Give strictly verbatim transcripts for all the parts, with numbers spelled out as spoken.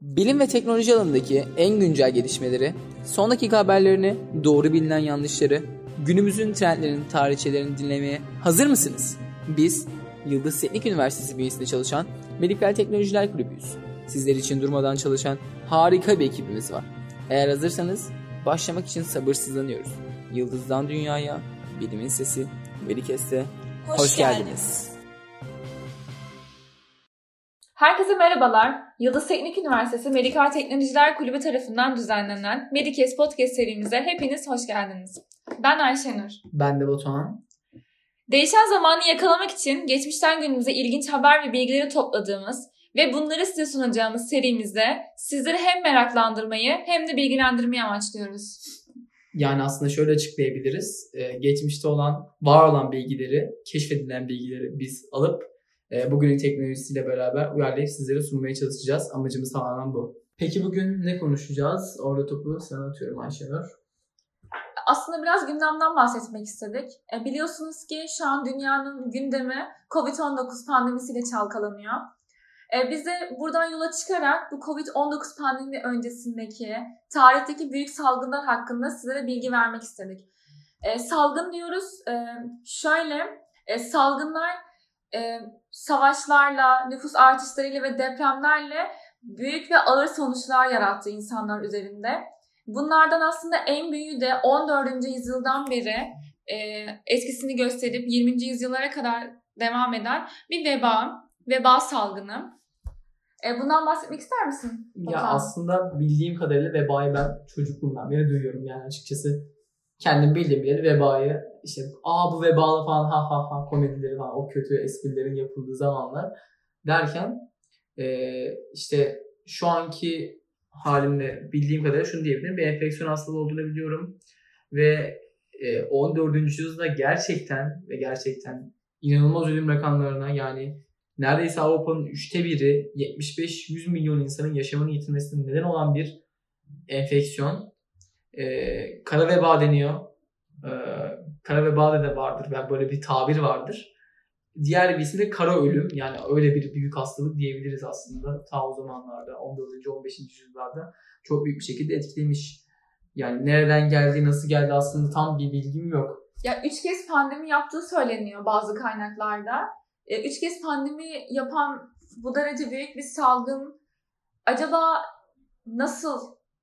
Bilim ve teknoloji alanındaki en güncel gelişmeleri, son dakika haberlerini, doğru bilinen yanlışları, günümüzün trendlerinin tarihçelerini dinlemeye hazır mısınız? Biz, Yıldız Teknik Üniversitesi bünyesinde çalışan Medikal Teknolojiler Kulübüyüz. Sizler için durmadan çalışan harika bir ekibimiz var. Eğer hazırsanız başlamak için sabırsızlanıyoruz. Yıldız'dan Dünya'ya, Bilimin Sesi, Medikes'te hoş, hoş geldiniz. geldiniz. Herkese merhabalar. Yıldız Teknik Üniversitesi Medikal Teknolojiler Kulübü tarafından düzenlenen Medikes Podcast serimize hepiniz hoş geldiniz. Ben Ayşenur. Ben de Batuhan. Değişen zamanı yakalamak için geçmişten günümüze ilginç haber ve bilgileri topladığımız ve bunları size sunacağımız serimizde sizleri hem meraklandırmayı hem de bilgilendirmeyi amaçlıyoruz. Yani aslında şöyle açıklayabiliriz. Ee, geçmişte olan, var olan bilgileri, keşfedilen bilgileri biz alıp e, bugünün teknolojisiyle beraber uyarlayıp sizlere sunmaya çalışacağız. Amacımız tamamen bu. Peki bugün ne konuşacağız? Orada topu sana atıyorum Ayşenur. Aslında biraz gündemden bahsetmek istedik. E, biliyorsunuz ki şu an dünyanın gündemi kovid on dokuz pandemisiyle çalkalanıyor. E, biz de buradan yola çıkarak bu kovid on dokuz pandemi öncesindeki, tarihteki büyük salgınlar hakkında sizlere bilgi vermek istedik. E, salgın diyoruz, e, şöyle e, salgınlar e, savaşlarla, nüfus artışlarıyla ve depremlerle büyük ve ağır sonuçlar yarattı insanlar üzerinde. Bunlardan aslında en büyüğü de on dördüncü yüzyıldan beri e, etkisini gösterip yirminci yüzyıllara kadar devam eden bir veba, veba salgını. E, bundan bahsetmek ister misin? Ya Bakalım. Aslında bildiğim kadarıyla vebayı ben çocukluğumdan beri duyuyorum. Yani açıkçası kendim bildiğim bileli vebayı işte aa bu vebalı falan ha ha ha komedileri falan o kötü esprilerin yapıldığı zamanlar derken e, işte şu anki halimle bildiğim kadarıyla şunu diyebilirim. Bir enfeksiyon hastalığı olduğunu biliyorum. Ve on dördüncü yüzyılda gerçekten ve gerçekten inanılmaz ölüm rakamlarına yani neredeyse Avrupa'nın üçte biri yetmiş beş yüz milyon insanın yaşamını yitirmesine neden olan bir enfeksiyon. Ee, kara veba deniyor. Ee, kara veba de vardır. Yani böyle bir tabir vardır. Diğer bir isim de kara ölüm. Yani öyle bir büyük hastalık diyebiliriz aslında. Ta o zamanlarda on dördüncü on beşinci yüzyıllarda çok büyük bir şekilde etkilemiş. Yani nereden geldi, nasıl geldi aslında tam bir bilgim yok. Ya üç kez pandemi yaptığı söyleniyor bazı kaynaklarda. E, üç kez pandemi yapan bu derece büyük bir salgın acaba nasıl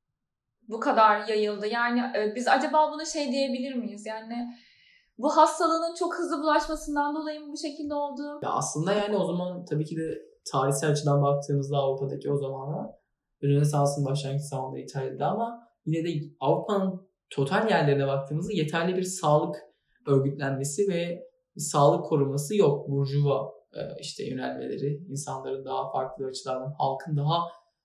bu kadar yayıldı? Yani e, biz acaba buna şey diyebilir miyiz? Yani bu hastalığın çok hızlı bulaşmasından dolayı mı bu şekilde oldu? Ya aslında yani o zaman tabii ki de tarihsel açıdan baktığımızda Avrupa'daki o zamanlar Rönesans'ın başlangıç zamanları İtalya'da ama yine de Avrupa'nın total yerlerine baktığımızda yeterli bir sağlık örgütlenmesi ve bir sağlık koruması yok. Burjuva işte yönelmeleri, insanların daha farklı açılardan, halkın daha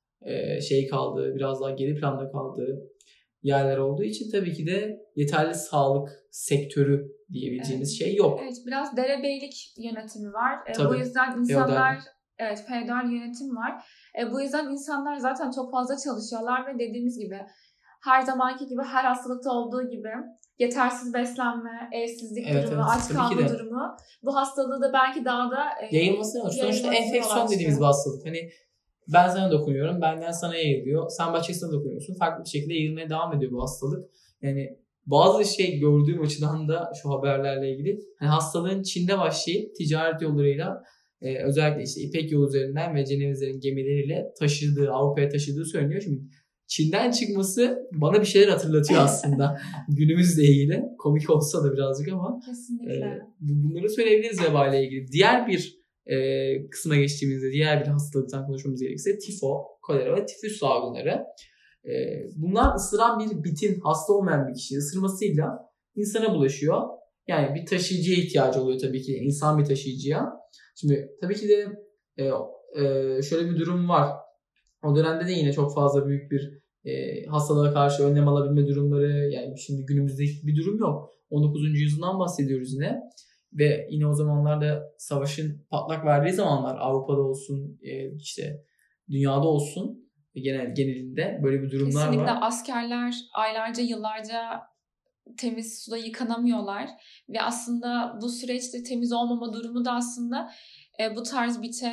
şey kaldığı, biraz daha geri planda kaldığı yerler olduğu için tabii ki de yeterli sağlık sektörü diyebileceğimiz evet. şey yok. Evet, biraz derebeylik yönetimi var. Tabii. Bu yüzden insanlar, evet feodal yönetim var. Bu yüzden insanlar zaten çok fazla çalışıyorlar ve dediğimiz gibi her zamanki gibi her hastalıkta olduğu gibi yetersiz beslenme, evsizlik evet, durumu, evet, aç kalma durumu bu hastalığı da belki daha da yayılması yok. Sonuçta enfeksiyon dediğimiz bir hastalık. Hani ben sana dokunuyorum, benden sana yayılıyor. Sen başkasına dokunuyorsun. Farklı bir şekilde yayılmaya devam ediyor bu hastalık. Yani bazı şey gördüğüm açıdan da şu haberlerle ilgili hani hastalığın Çin'de başlayıp ticaret yollarıyla e, özellikle işte İpek yolu üzerinden ve Cenevizlerin gemileriyle taşıdığı, Avrupa'ya taşıdığı söyleniyor. Şimdi Çin'den çıkması bana bir şeyler hatırlatıyor aslında günümüzle ilgili. Komik olsa da birazcık ama kesinlikle. E, bunları söyleyebiliriz veba ile ilgili. Diğer bir e, kısma geçtiğimizde diğer bir hastalıktan konuşmamız gerekirse tifo, kolera ve tifüs salgınları. E, bunlar ısıran bir bitin hasta olmayan bir kişiyi ısırmasıyla insana bulaşıyor. Yani bir taşıyıcıya ihtiyacı oluyor tabii ki insan bir taşıyıcıya. Şimdi tabii ki de e, e, şöyle bir durum var. O dönemde de yine çok fazla büyük bir e, hastalığa karşı önlem alabilme durumları yani şimdi günümüzde bir durum yok. on dokuzuncu yüzyıldan bahsediyoruz yine. Ve yine o zamanlarda savaşın patlak verdiği zamanlar Avrupa'da olsun e, işte dünyada olsun genel genelinde böyle bir durumlar kesinlikle var. Kesinlikle askerler aylarca yıllarca temiz suda yıkanamıyorlar ve aslında bu süreçte temiz olmama durumu da aslında e, bu tarz bite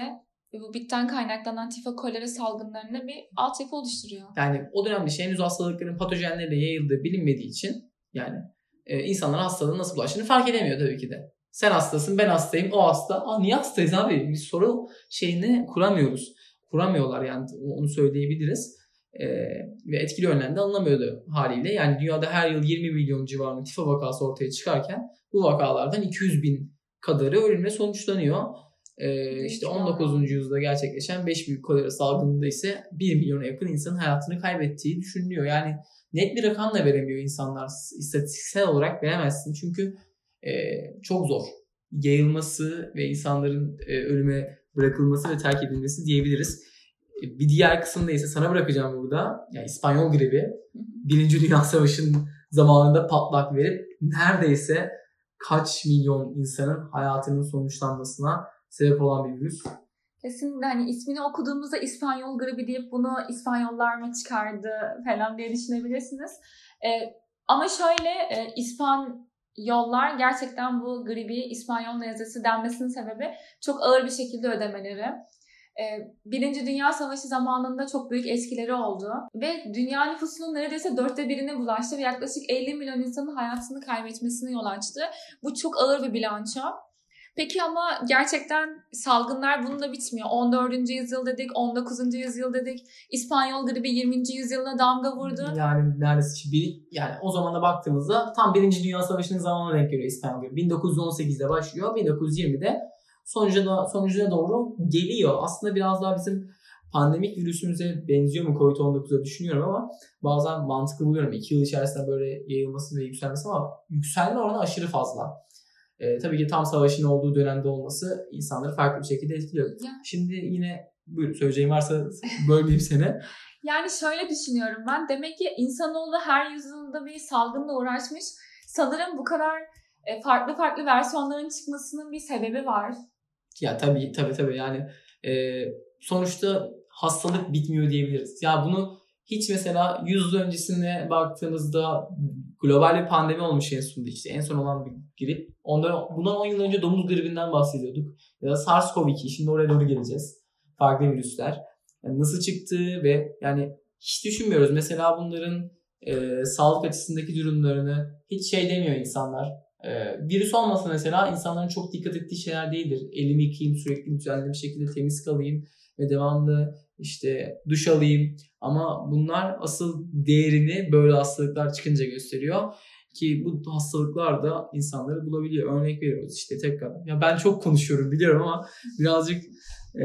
ve bu bitten kaynaklanan tifo kolera salgınlarına bir altyapı oluşturuyor. Yani o dönemde işte henüz hastalıkların patojenleriyle yayıldığı bilinmediği için yani e, insanlara hastalığın nasıl bulaştığını fark edemiyor tabii ki de. Sen hastasın, ben hastayım, o hasta. Aa, niye hastayız abi? Bir soru şeyini kuramıyoruz. Kuramıyorlar yani, onu söyleyebiliriz. Ee, ve etkili önlemde alınamıyordu haliyle. Yani dünyada her yıl yirmi milyon civarında tifo vakası ortaya çıkarken bu vakalardan iki yüz bin kadarı ölümle sonuçlanıyor. Ee, işte on dokuzuncu yüzyılda gerçekleşen beş büyük kolera salgınında ise bir milyona yakın insanın hayatını kaybettiği düşünülüyor. Yani net bir rakam da veremiyor insanlar. İstatistiksel olarak veremezsin. Çünkü e, çok zor. Yayılması ve insanların e, ölüme bırakılması ve terk edilmesi diyebiliriz. Bir diğer kısımda ise sana bırakacağım burada. Yani İspanyol gribi Birinci Dünya Savaşı'nın zamanında patlak verip neredeyse kaç milyon insanın hayatının sonuçlanmasına sebep olan bir virüs. Kesinlikle hani ismini okuduğumuzda İspanyol gribi deyip bunu İspanyollar mı çıkardı falan diye düşünebilirsiniz. Ee, ama şöyle e, İspanyollar gerçekten bu gribi İspanyol nezlesi denmesinin sebebi çok ağır bir şekilde ödemeleri. Birinci Dünya Savaşı zamanında çok büyük etkileri oldu ve dünya nüfusunun neredeyse dörtte birine bulaştı ve yaklaşık elli milyon insanın hayatını kaybetmesine yol açtı. Bu çok ağır bir bilanço. Peki ama gerçekten salgınlar bununla bitmiyor. on dördüncü yüzyıl dedik, on dokuzuncu yüzyıl dedik. İspanyol gribi yirminci yüzyılda damga vurdu. Yani neredeyse bir, yani o zamana baktığımızda tam Birinci Dünya Savaşı'nın zamanına denk geliyor İspanyol gribi. bin dokuz yüz on sekizde başlıyor, bin dokuz yüz yirmide sonucuna, sonucuna doğru geliyor. Aslında biraz daha bizim pandemik virüsümüze benziyor mu kovid on dokuza düşünüyorum ama bazen mantıklı buluyorum. iki yıl içerisinde böyle yayılması ve yükselmesi ama yükselme oranı aşırı fazla. Ee, tabii ki tam savaşın olduğu dönemde olması insanları farklı bir şekilde etkiliyor. Ya. Şimdi yine buyur, söyleyeceğim varsa bölmeyeyim seni. Yani şöyle düşünüyorum ben. Demek ki insanoğlu her yüzyılda bir salgınla uğraşmış. Sanırım bu kadar farklı farklı versiyonların çıkmasının bir sebebi var. Ya tabii tabii tabii yani e, sonuçta hastalık bitmiyor diyebiliriz. Ya bunu hiç mesela yüz yıl öncesine baktığımızda global bir pandemi olmuş en sonunda, işte en son olan bir grip. Ondan, bundan on yıl önce domuz gribinden bahsediyorduk. Ya da SARS-CoV iki, şimdi oraya doğru geleceğiz. Farklı virüsler. Yani nasıl çıktığı ve yani hiç düşünmüyoruz. Mesela bunların e, sağlık açısındaki durumlarını hiç şey demiyor insanlar. Ee, virüs olmasa mesela insanların çok dikkat ettiği şeyler değildir. Elimi yıkayayım, sürekli düzenli bir şekilde temiz kalayım ve devamlı işte duş alayım. Ama bunlar asıl değerini böyle hastalıklar çıkınca gösteriyor. Ki bu hastalıklar da insanları bulabiliyor. Örnek veriyoruz işte tekrar. Ya ben çok konuşuyorum biliyorum ama birazcık e,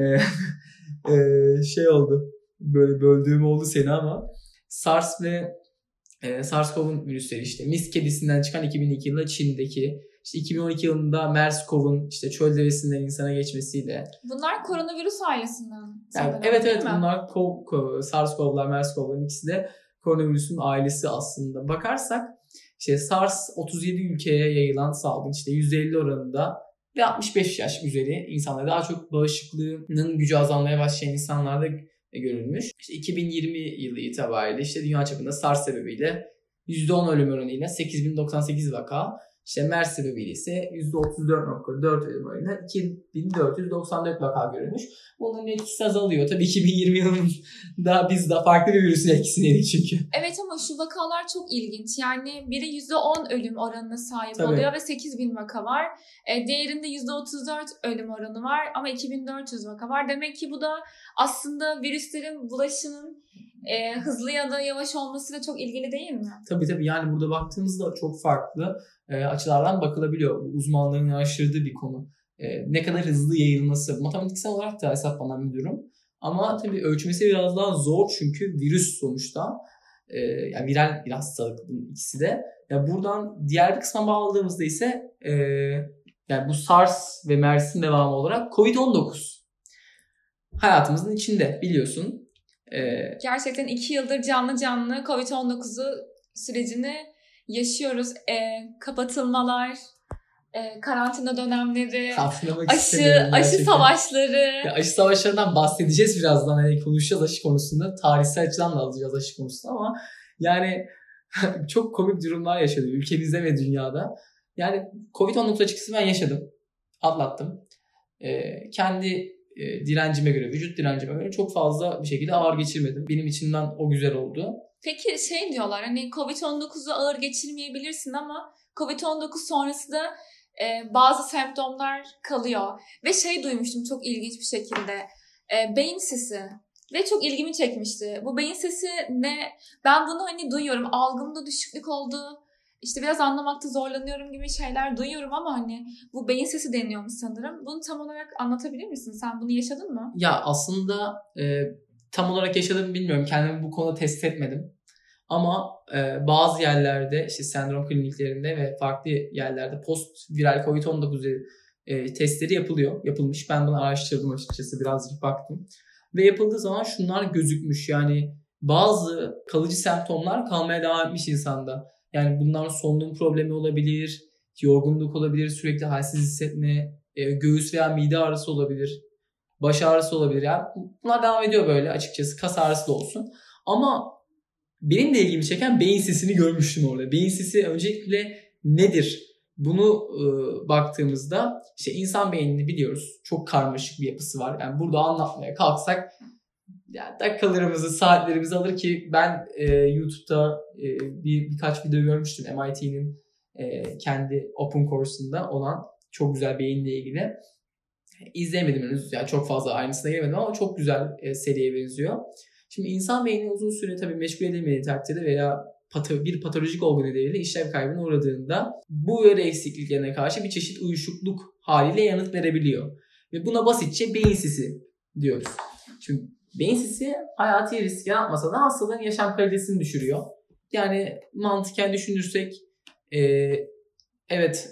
e, şey oldu. Böyle böldüğüm oldu seni ama SARS ve Ee, SARS-CoV'un virüsleri işte Mis kedisinden çıkan iki bin iki yılında Çin'deki, işte iki bin on iki yılında MERS-CoV'un işte çöl devesinden insana geçmesiyle. Bunlar koronavirüs ailesinden. Yani, evet evet bunlar SARS-CoV'lar, MERS-CoV'ların ikisi de koronavirüsün ailesi aslında. Bakarsak işte SARS otuz yedi ülkeye yayılan salgın, işte yüzde elli oranında ve altmış beş yaş üzeri insanlar, daha çok bağışıklığının gücü azalmaya başlayan insanlarda görülmüş. İşte iki bin yirmi yılı itibariyle işte dünya çapında SARS sebebiyle yüzde on ölüm oranıyla sekiz bin doksan sekiz vaka, işte MERS sebebiyle ise yüzde otuz dört virgül dört ölüm oranıyla iki bin dört yüz doksan dört vaka görülmüş. Bunun etkisi azalıyor. Tabii iki bin yirmi yılında biz de farklı bir virüsün etkisindeydik çünkü. Evet ama şu vakalar çok ilginç. Yani biri yüzde on ölüm oranına sahip Tabii. oluyor ve sekiz bin vaka var. E, diğerinde yüzde otuz dört ölüm oranı var ama iki bin dört yüz vaka var. Demek ki bu da aslında virüslerin bulaşının e, hızlı ya da yavaş olmasıyla çok ilgili değil mi? Tabii tabii yani burada baktığımızda çok farklı e, açılardan bakılabiliyor. Uzmanların araştırdığı bir konu. E, ne kadar hızlı yayılması matematiksel olarak da hesaplanan bir durum. Ama tabii ölçmesi biraz daha zor çünkü virüs sonuçta. E, yani viral bir hastalık bunun ikisi de. Yani buradan diğer bir kısma bağladığımızda ise e, yani bu SARS ve MERS'in devamı olarak kovid on dokuz hayatımızın içinde biliyorsun. Ee, Gerçekten iki yıldır canlı canlı kovid on dokuzu sürecini yaşıyoruz. Ee, kapatılmalar, e, karantina dönemleri, aşı aşı savaşları. Ya aşı savaşlarından bahsedeceğiz birazdan. Hani konuşacağız aşı konusunda. Tarihsel açıdan da alacağız aşı konusunda ama yani çok komik durumlar yaşadık ülkemizde ve dünyada. Yani kovid on dokuz açıkçası ben yaşadım. Atlattım. Ee, kendi e, direncime göre, vücut direncime göre çok fazla bir şekilde ağır geçirmedim. Benim içimden o güzel oldu. Peki şey diyorlar hani kovid on dokuzu ağır geçirmeyebilirsin ama kovid on dokuz sonrası da e, bazı semptomlar kalıyor. Ve şey duymuştum çok ilginç bir şekilde. E, beyin sisi. Ve çok ilgimi çekmişti. Bu beyin sesi ne? Ben bunu hani duyuyorum. Algımda düşüklük oldu. İşte biraz anlamakta zorlanıyorum gibi şeyler duyuyorum ama hani bu beyin sesi deniyormuş sanırım. Bunu tam olarak anlatabilir misin? Sen bunu yaşadın mı? Ya aslında e, tam olarak yaşadım bilmiyorum. Kendimi bu konuda test etmedim. Ama e, bazı yerlerde işte sendrom kliniklerinde ve farklı yerlerde post viral kovid on dokuz e, testleri yapılıyor. Yapılmış. Ben bunu araştırdım açıkçası. Birazcık baktım. Ve yapıldığı zaman şunlar gözükmüş. Yani bazı kalıcı semptomlar kalmaya devam etmiş insanda. Yani bunlar solunum problemi olabilir, yorgunluk olabilir, sürekli halsiz hissetme, e, göğüs veya mide ağrısı olabilir, baş ağrısı olabilir. Yani bunlar devam ediyor böyle açıkçası. Kas ağrısı da olsun. Ama benim de ilgimi çeken beyin sisini görmüştüm orada. Beyin sisi öncelikle nedir? Bunu e, baktığımızda işte insan beynini biliyoruz. Çok karmaşık bir yapısı var. Yani burada anlatmaya kalksak yani dakikalarımızı, saatlerimizi alır ki ben e, YouTube'da e, bir birkaç video görmüştüm. M I T'nin e, kendi Open Course'unda olan çok güzel beyinle ilgili. İzleyemedim henüz. Yani çok fazla aynısına gelemedim ama çok güzel e, seriye benziyor. Şimdi insan beyni uzun süre tabii meşgul edilmediği takdirde veya pato- bir patolojik olgu nedeniyle işlev kaybına uğradığında bu uyarı eksikliklerine karşı bir çeşit uyuşukluk haliyle yanıt verebiliyor. Ve buna basitçe beyin sisi diyoruz. Şimdi beyin sisi hayati risk yaratmasa da hastalığın yaşam kalitesini düşürüyor. Yani mantıken düşünürsek e, evet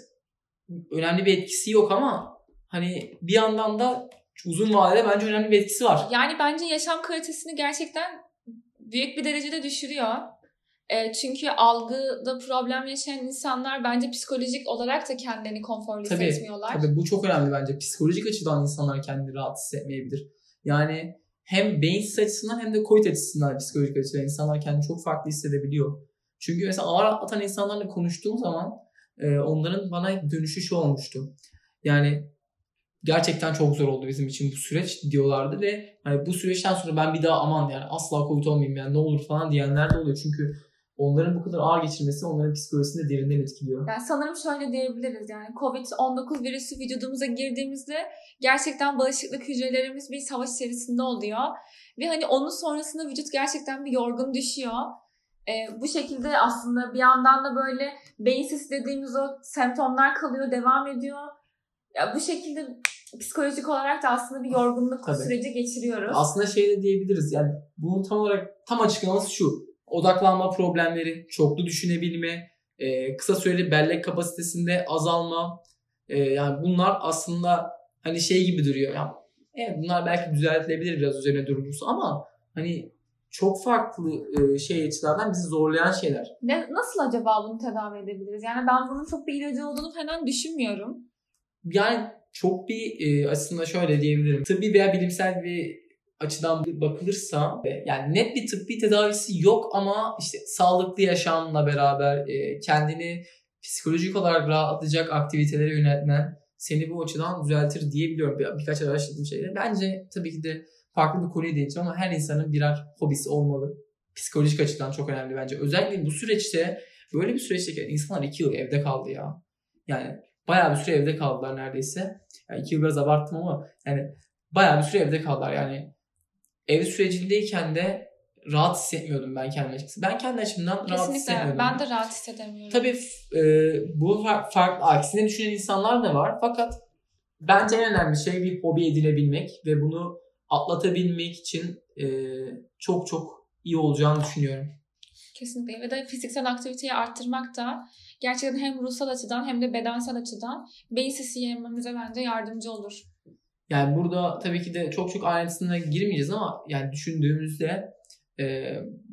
önemli bir etkisi yok ama hani bir yandan da uzun vadede bence önemli bir etkisi var. Yani bence yaşam kalitesini gerçekten büyük bir derecede düşürüyor. E, çünkü algıda problem yaşayan insanlar bence psikolojik olarak da kendilerini konforlu tabii, hissetmiyorlar. Tabii bu çok önemli bence. Psikolojik açıdan insanlar kendini rahat hissetmeyebilir. Yani hem beyinsiz açısından hem de COVID açısından psikolojik açıdan insanlar kendini çok farklı hissedebiliyor. Çünkü mesela ağır atlatan insanlarla konuştuğum zaman e, onların bana dönüşü şu olmuştu. Yani gerçekten çok zor oldu bizim için bu süreç diyorlardı ve hani bu süreçten sonra ben bir daha aman yani asla COVID olmayayım yani ne olur falan diyenler de oluyor. Çünkü onların bu kadar ağır geçirmesi onların psikolojisini de derinden etkiliyor. Yani sanırım şöyle diyebiliriz yani kovid on dokuz virüsü vücudumuza girdiğimizde gerçekten bağışıklık hücrelerimiz bir savaş içerisinde oluyor. Ve hani onun sonrasında vücut gerçekten bir yorgun düşüyor. Ee, bu şekilde aslında bir yandan da böyle beyinsiz dediğimiz o semptomlar kalıyor, devam ediyor. Ya bu şekilde psikolojik olarak da aslında bir yorgunluk Tabii. süreci geçiriyoruz. Aslında şey de diyebiliriz yani bunun tam olarak tam açıklaması şu. Odaklanma problemleri, çoklu düşünebilme, e, kısa süreli bellek kapasitesinde azalma. E, yani bunlar aslında hani şey gibi duruyor. Yani, evet bunlar belki düzeltilebilir biraz üzerine durulursa ama hani çok farklı e, şey açılardan bizi zorlayan şeyler. Ne, nasıl acaba bunu tedavi edebiliriz? Yani ben bunun çok bir ilacı olduğunu falan düşünmüyorum. Yani çok bir e, aslında şöyle diyebilirim. Tıbbi veya bilimsel bir açıdan bakılırsa yani net bir tıbbi tedavisi yok ama işte sağlıklı yaşamla beraber e, kendini psikolojik olarak rahatlatacak aktivitelere yöneltmen seni bu açıdan düzeltir diyebiliyorum. Bir, birkaç araştırdığım şeyler. Bence tabii ki de farklı bir konuya değineceğim ama her insanın birer hobisi olmalı. Psikolojik açıdan çok önemli bence. Özellikle bu süreçte böyle bir süreçte insanlar iki yıl evde kaldı ya. Yani bayağı bir süre evde kaldılar neredeyse. Yani iki yıl biraz abarttım ama yani bayağı bir süre evde kaldılar. Yani ev sürecindeyken de rahat hissetmiyordum ben kendi açıkçası. Ben kendi açımdan Kesinlikle, rahat hissetmiyordum. Ben de rahat hissedemiyorum. Tabii e, bu farklı aksine düşünen insanlar da var. Fakat bence en önemli şey bir hobi edinebilmek ve bunu atlatabilmek için e, çok çok iyi olacağını düşünüyorum. Kesinlikle ve de fiziksel aktiviteyi arttırmak da gerçekten hem ruhsal açıdan hem de bedensel açıdan beyin sisi yenmemize bence yardımcı olur. Yani burada tabii ki de çok çok ayrıntısına girmeyeceğiz ama yani düşündüğümüzde e,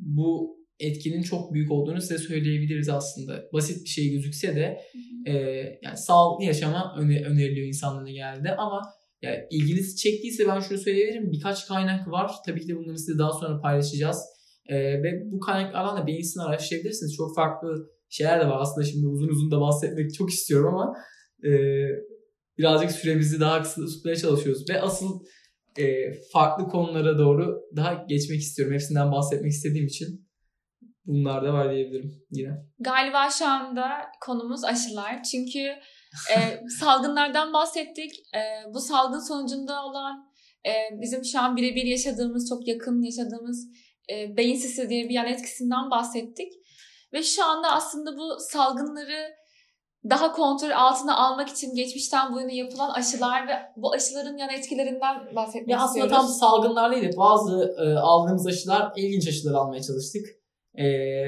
bu etkinin çok büyük olduğunu size söyleyebiliriz aslında. Basit bir şey gözükse de e, yani sağlıklı yaşama öner- öneriliyor insanlara genelde ama yani ilginizi çektiyse ben şunu söyleyebilirim. Birkaç kaynak var. Tabii ki de bunları size daha sonra paylaşacağız. E, ve bu kaynaklardan da beyin sisini araştırabilirsiniz. Çok farklı şeyler de var. Aslında şimdi uzun uzun da bahsetmek çok istiyorum ama e, birazcık süremizi daha kısa tutmaya çalışıyoruz. Ve asıl e, farklı konulara doğru daha geçmek istiyorum. Hepsinden bahsetmek istediğim için bunlar da var diyebilirim yine. Galiba şu anda konumuz aşılar. Çünkü e, salgınlardan bahsettik. E, bu salgın sonucunda olan e, bizim şu an birebir yaşadığımız, çok yakın yaşadığımız e, beyin sisi diye bir yan etkisinden bahsettik. Ve şu anda aslında bu salgınları daha kontrol altına almak için geçmişten bu yana yapılan aşılar ve bu aşıların yan etkilerinden bahsetmek ya istiyoruz. aslında tam salgınlar değil de bazı e, aldığımız aşılar, ilginç aşılar almaya çalıştık. E,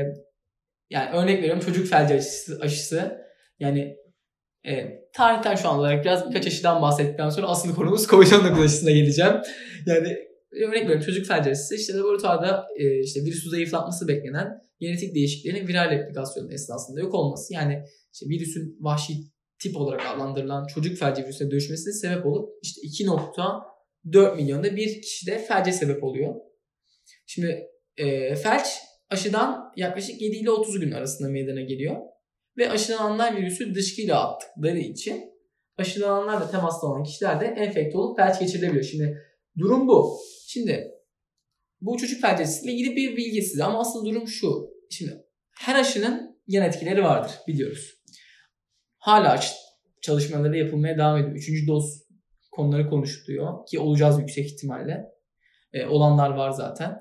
yani örnek veriyorum, çocuk felci aşısı. aşısı. Yani e, tarihten şu an olarak biraz birkaç aşıdan bahsettikten sonra asıl konumuz kovid on dokuz aşısına geleceğim. Yani örnek veriyorum, çocuk felci aşısı işte laboratuvarda e, işte virüsü zayıflatması beklenen genetik değişikliklerin viral replikasyonu esnasında yok olması. Yani işte virüsün vahşi tip olarak adlandırılan çocuk felci virüsüne dönüşmesine sebep olup işte iki nokta dört milyonda bir kişide felce sebep oluyor. Şimdi e, felç aşıdan yaklaşık yedi ile otuz gün arasında meydana geliyor. Ve aşılananlar virüsü dışkıyla attıkları için aşılananlarla temasta olan kişiler de enfekte olup felç geçirilebiliyor. Şimdi durum bu. Şimdi bu çocuk felcesiyle ilgili bir bilgi size, ama asıl durum şu. Şimdi her aşının yan etkileri vardır, biliyoruz. Hala çalışmaları yapılmaya devam ediyor. Üçüncü doz konuları konuşuluyor ki olacağız yüksek ihtimalle. E, olanlar var zaten.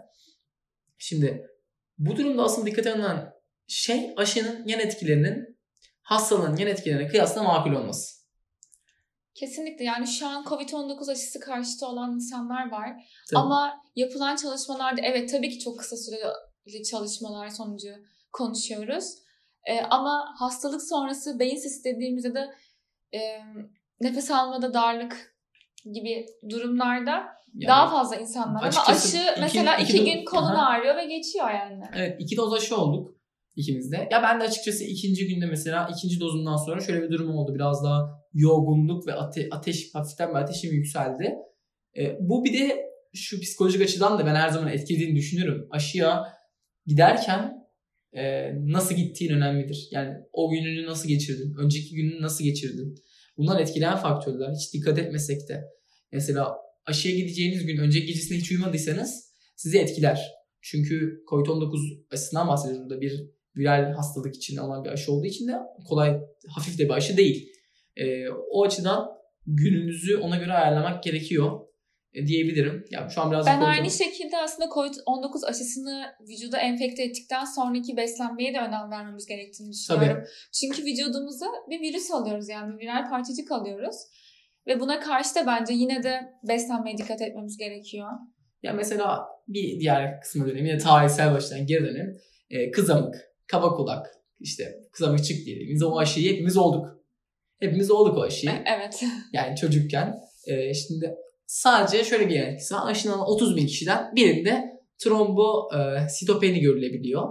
Şimdi bu durumda asıl dikkat edilen şey aşının yan etkilerinin hastalığın yan etkilerine kıyasla makul olması. Kesinlikle, yani şu an kovid on dokuz aşısı karşıtı olan insanlar var. Tabii. Ama yapılan çalışmalarda evet tabii ki çok kısa süreli çalışmalar sonucu konuşuyoruz. Ee, ama hastalık sonrası beyin sisi dediğimizde de e, nefes almada darlık gibi durumlarda yani daha fazla insanlar. Ama aşı iki, mesela iki, iki gün kolun ağrıyor ve geçiyor yani. Evet, iki doz aşı olduk ikimiz de. Ya ben de açıkçası ikinci günde mesela ikinci dozumdan sonra şöyle bir durum oldu. Biraz daha yorgunluk ve ate- ateş, hafiften bir ateşim yükseldi. E, bu bir de şu psikolojik açıdan da ben her zaman etkilediğini düşünüyorum. Aşıya giderken e, nasıl gittiğin önemlidir. Yani o gününü nasıl geçirdin, önceki gününü nasıl geçirdin. Bunlar etkileyen faktörler. Hiç dikkat etmesek de. Mesela aşıya gideceğiniz gün önceki gecesinde hiç uyumadıysanız sizi etkiler. Çünkü kovid on dokuz aşısından bahsediyoruz burada. Bir viral hastalık için alınan bir aşı olduğu için de kolay, hafif de bir aşı değil. E, o açıdan gününüzü ona göre ayarlamak gerekiyor e, diyebilirim. Yani şu an biraz ben aynı şekilde aslında kovid on dokuz aşısını vücuda enfekte ettikten sonraki beslenmeye de önem vermemiz gerektiğini düşünüyorum. Tabii. Çünkü vücudumuza bir virüs alıyoruz, yani bir viral parçacık alıyoruz. Ve buna karşı da bence yine de beslenmeye dikkat etmemiz gerekiyor. Ya mesela bir diğer kısma dönelim. Yine tarihsel baştan geri dönelim. Ee, kızamık, kaba kulak, işte kızamıkçık diyelim. Biz o aşıyı hepimiz olduk. Hepimiz olduk o aşıyı. Evet. Yani çocukken. E, şimdi sadece şöyle bir etkisi var. Aşılanan otuz bin kişiden birinde trombositopeni görülebiliyor.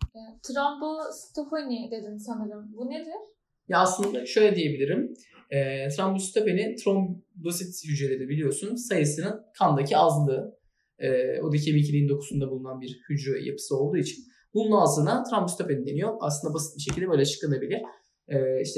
Trombositopeni dedin sanırım. Bu nedir? Ya aslında şöyle diyebilirim. E, trombositopeni trombosit hücreleri biliyorsun sayısının kandaki azlığı. E, o da kemik iliğin dokusunda bulunan bir hücre yapısı olduğu için bunun azlığına trombositopeni deniyor. Aslında basit bir şekilde böyle açıklanabilir. E, işte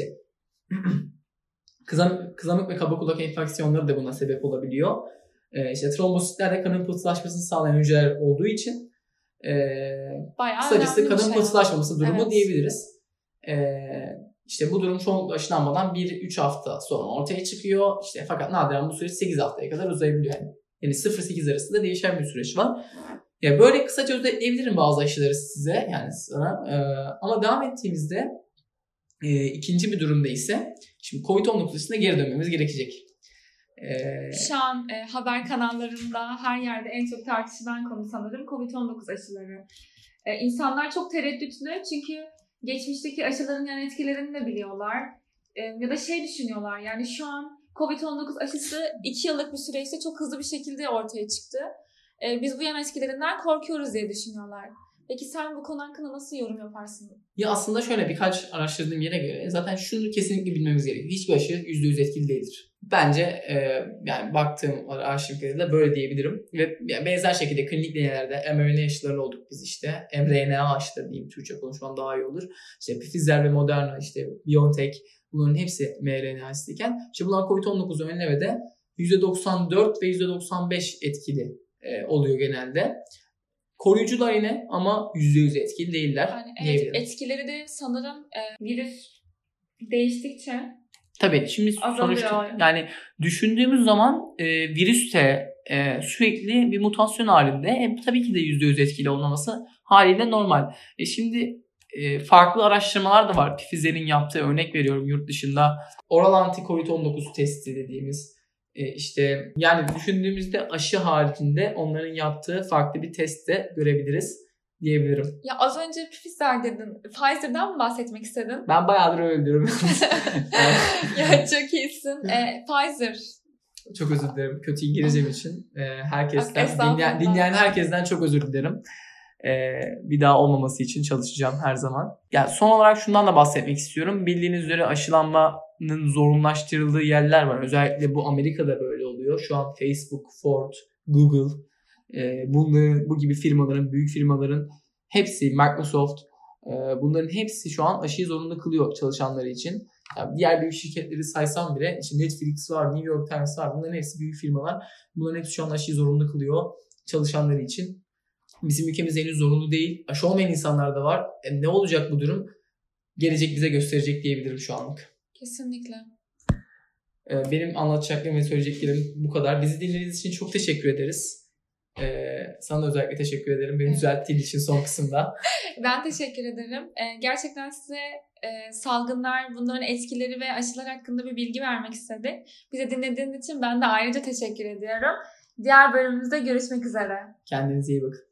Kızam, kızamık ve kaba kulak enfeksiyonları da buna sebep olabiliyor. E, işte trombositler de kanın pıhtılaşmasını sağlayan hücreler olduğu için e, kısacası kanın şey pıhtılaşmaması durumu evet. diyebiliriz. E, işte bu durum çoğunlukla aşılanmadan bir üç hafta sonra ortaya çıkıyor. İşte fakat nadiren bu süreç sekiz haftaya kadar uzayabiliyor. Yani, yani sıfır sekiz arasında değişen bir süreç var. Ya böyle kısaca özetleyebilirim bazı aşıları size yani sana. E, ama devam ettiğimizde e, ikinci bir durumda ise şimdi kovid on dokuz aşısına geri dönmemiz gerekecek. Ee, Şu an e, haber kanallarında her yerde en çok tartışılan konu sanırım kovid on dokuz aşıları. E, insanlar çok tereddütlü çünkü geçmişteki aşıların yan etkilerini de biliyorlar. E, ya da şey düşünüyorlar, yani şu an kovid on dokuz aşısı iki yıllık bir süreçte çok hızlı bir şekilde ortaya çıktı. E, biz bu yan etkilerinden korkuyoruz diye düşünüyorlar. Peki sen bu konu hakkında nasıl yorum yaparsın? Ya aslında şöyle birkaç araştırdığım yere göre zaten şunu kesinlikle bilmemiz gerekiyor. Hiçbir aşı yüzde yüz etkili değildir. Bence e, yani baktığım araştırmalarla böyle diyebilirim. Ve yani benzer şekilde klinik denelerde M R N A aşıları olduk biz işte. M R N A aşıları diyeyim, Türkçe konuşmam daha iyi olur. İşte Pfizer ve Moderna, işte BioNTech, bunların hepsi M R N A aşısıyken işte bunlar kovid on dokuzu önlemede yüzde doksan dört ve yüzde doksan beş etkili e, oluyor genelde. Koruyucular yine ama yüzde yüz etkili değiller. Yani evet, etkileri de sanırım e, virüs değiştikçe tabii şimdi azalıyor. Sonuçta yani düşündüğümüz zaman e, virüs de e, sürekli bir mutasyon halinde. E, tabii ki de yüzde yüz etkili olmaması haliyle normal. E, şimdi e, farklı araştırmalar da var. Pfizer'in yaptığı, örnek veriyorum, yurt dışında oral anti-covid on dokuz testi dediğimiz e, işte yani düşündüğümüzde aşı haricinde onların yaptığı farklı bir test de görebiliriz diyebilirim. Ya az önce Pfizer dedin. Pfizer'dan mı bahsetmek istedin? Ben bayağıdır öyle diyorum. Ya çok iyisin. E, Pfizer. Çok özür dilerim kötü İngilizcem için. E, herkesten, Estağfurullah. dinleyen, dinleyen herkesten çok özür dilerim. E, bir daha olmaması için çalışacağım her zaman. Yani son olarak şundan da bahsetmek istiyorum. Bildiğiniz üzere aşılanmanın zorunlaştırıldığı yerler var. Özellikle bu Amerika'da böyle oluyor. Şu an Facebook, Ford, Google, e, bunların, bu gibi firmaların, büyük firmaların hepsi, Microsoft, e, bunların hepsi şu an aşıyı zorunlu kılıyor çalışanları için. Yani diğer büyük şirketleri saysam bile, işte Netflix var, New York Times var, bunların hepsi büyük firmalar. Bunların hepsi şu an aşıyı zorunlu kılıyor çalışanları için. Bizim ülkemizde henüz zorunlu değil. Aşı olmayan insanlar da var. E, ne olacak bu durum? Gelecek bize gösterecek diyebilirim şu anlık. Kesinlikle. E, benim anlatacaklarım ve söyleyeceklerim bu kadar. Bizi dinlediğiniz için çok teşekkür ederiz. E, sana da özellikle teşekkür ederim. Beni düzelttiğin için son kısımda. Ben teşekkür ederim. E, gerçekten size e, salgınlar, bunların etkileri ve aşılar hakkında bir bilgi vermek istedik. Bizi dinlediğiniz için ben de ayrıca teşekkür ediyorum. Diğer bölümümüzde görüşmek üzere. Kendinize iyi bakın.